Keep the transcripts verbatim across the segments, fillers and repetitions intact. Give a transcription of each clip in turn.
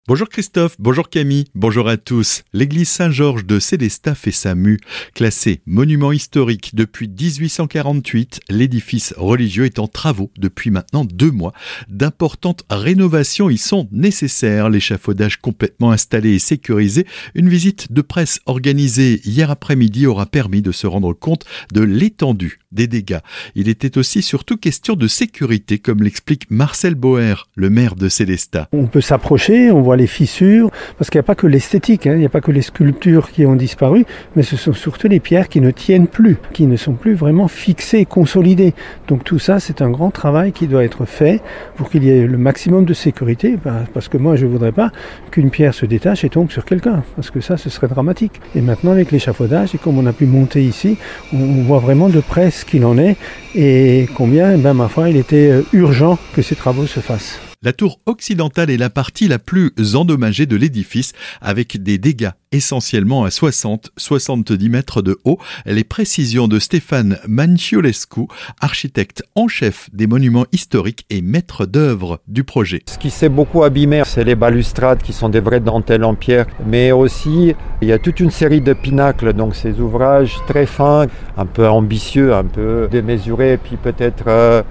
Bonjour Christophe, bonjour Camille, bonjour à tous. L'église Saint-Georges de Sélestat fait sa mue. Classé monument historique depuis dix-huit cent quarante-huit, l'édifice religieux est en travaux depuis maintenant deux mois. D'importantes rénovations y sont nécessaires. L'échafaudage complètement installé et sécurisé. Une visite de presse organisée hier après-midi aura permis de se rendre compte de l'étendue des dégâts. Il était aussi surtout question de sécurité, comme l'explique Marcel Boer, le maire de Sélestat. On peut s'approcher, on voit les fissures, parce qu'il n'y a pas que l'esthétique, hein, il n'y a pas que les sculptures qui ont disparu, mais ce sont surtout les pierres qui ne tiennent plus, qui ne sont plus vraiment fixées, consolidées. Donc tout ça, c'est un grand travail qui doit être fait pour qu'il y ait le maximum de sécurité, parce que moi, je ne voudrais pas qu'une pierre se détache et tombe sur quelqu'un, parce que ça, ce serait dramatique. Et maintenant, avec l'échafaudage, et comme on a pu monter ici, on voit vraiment de près ce qu'il en est et combien, ben, ma foi, il était urgent que ces travaux se fassent. La tour occidentale est la partie la plus endommagée de l'édifice, avec des dégâts essentiellement à soixante à soixante-dix mètres de haut. Les précisions de Stéphane Manciolescu, architecte en chef des monuments historiques et maître d'œuvre du projet. Ce qui s'est beaucoup abîmé, c'est les balustrades qui sont des vraies dentelles en pierre, mais aussi il y a toute une série de pinacles, donc ces ouvrages très fins, un peu ambitieux, un peu démesurés, puis peut-être euh,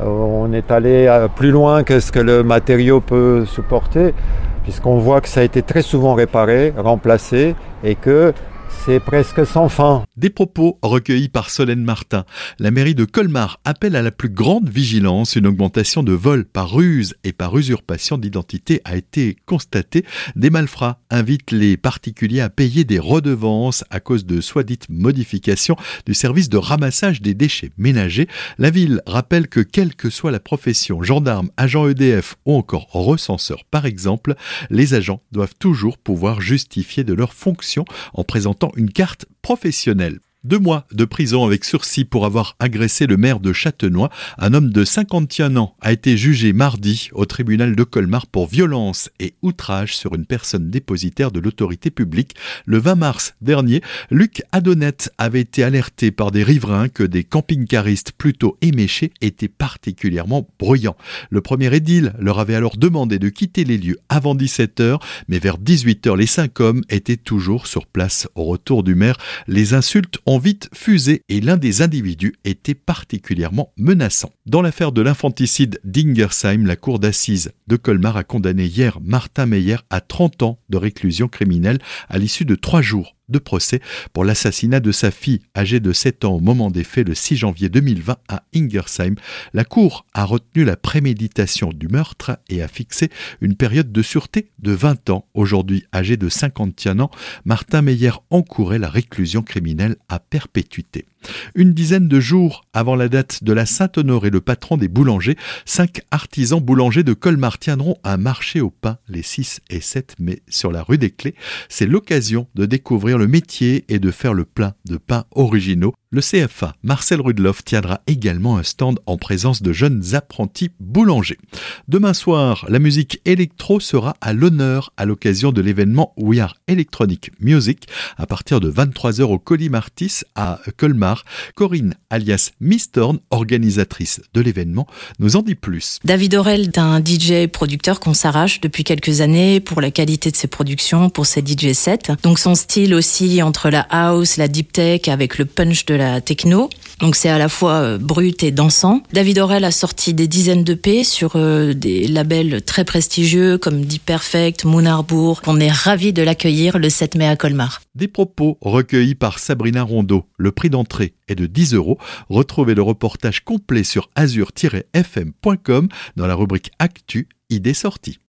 on est allé plus loin que ce que le matériau peut supporter, puisqu'on voit que ça a été très souvent réparé, remplacé, et que c'est presque sans fin. Des propos recueillis par Solène Martin. La mairie de Colmar appelle à la plus grande vigilance. Une augmentation de vols par ruse et par usurpation d'identité a été constatée. Des malfrats invitent les particuliers à payer des redevances à cause de soi-dites modifications du service de ramassage des déchets ménagers. La ville rappelle que quelle que soit la profession, gendarme, agent E D F ou encore recenseur par exemple, les agents doivent toujours pouvoir justifier de leur fonction en présentant une carte professionnelle. Deux mois de prison avec sursis pour avoir agressé le maire de Châtenois. Un homme de cinquante et un ans a été jugé mardi au tribunal de Colmar pour violence et outrage sur une personne dépositaire de l'autorité publique. Le vingt mars dernier, Luc Adonnet avait été alerté par des riverains que des camping-caristes plutôt éméchés étaient particulièrement bruyants. Le premier édile leur avait alors demandé de quitter les lieux avant dix-sept heures, mais vers dix-huit heures, les cinq hommes étaient toujours sur place. Au retour du maire, les insultes ont vite fusé et l'un des individus était particulièrement menaçant. Dans l'affaire de l'infanticide d'Ingersheim, la cour d'assises de Colmar a condamné hier Martin Meyer à trente ans de réclusion criminelle à l'issue de trois jours de procès pour l'assassinat de sa fille âgée de sept ans au moment des faits le six janvier deux mille vingt à Ingersheim. La cour a retenu la préméditation du meurtre et a fixé une période de sûreté de vingt ans. Aujourd'hui âgé de cinquante et un ans, Martin Meyer encourait la réclusion criminelle à perpétuité. Une dizaine de jours avant la date de la Saint-Honoré, le patron des boulangers, cinq artisans boulangers de Colmar tiendront un marché au pain les six et sept mai sur la rue des Clés. C'est l'occasion de découvrir le métier et de faire le plein de pains originaux. Le C F A Marcel Rudloff tiendra également un stand en présence de jeunes apprentis boulangers. Demain soir, la musique électro sera à l'honneur à l'occasion de l'événement We Are Electronic Music à partir de vingt-trois heures au Colimartis à Colmar. Corinne, alias Miss Thorn, organisatrice de l'événement, nous en dit plus. David Aurel est un D J producteur qu'on s'arrache depuis quelques années pour la qualité de ses productions, pour ses D J sets. Donc son style aussi entre la house, la deep tech avec le punch de la techno. Donc c'est à la fois brut et dansant. David Aurel a sorti des dizaines de E P sur euh, des labels très prestigieux comme Deep Perfect, Moon Harbour. On est ravis de l'accueillir le sept mai à Colmar. Des propos recueillis par Sabrina Rondeau. Le prix d'entrée est de dix euros. Retrouvez le reportage complet sur azur tiret f m point com dans la rubrique Actu, idées sorties.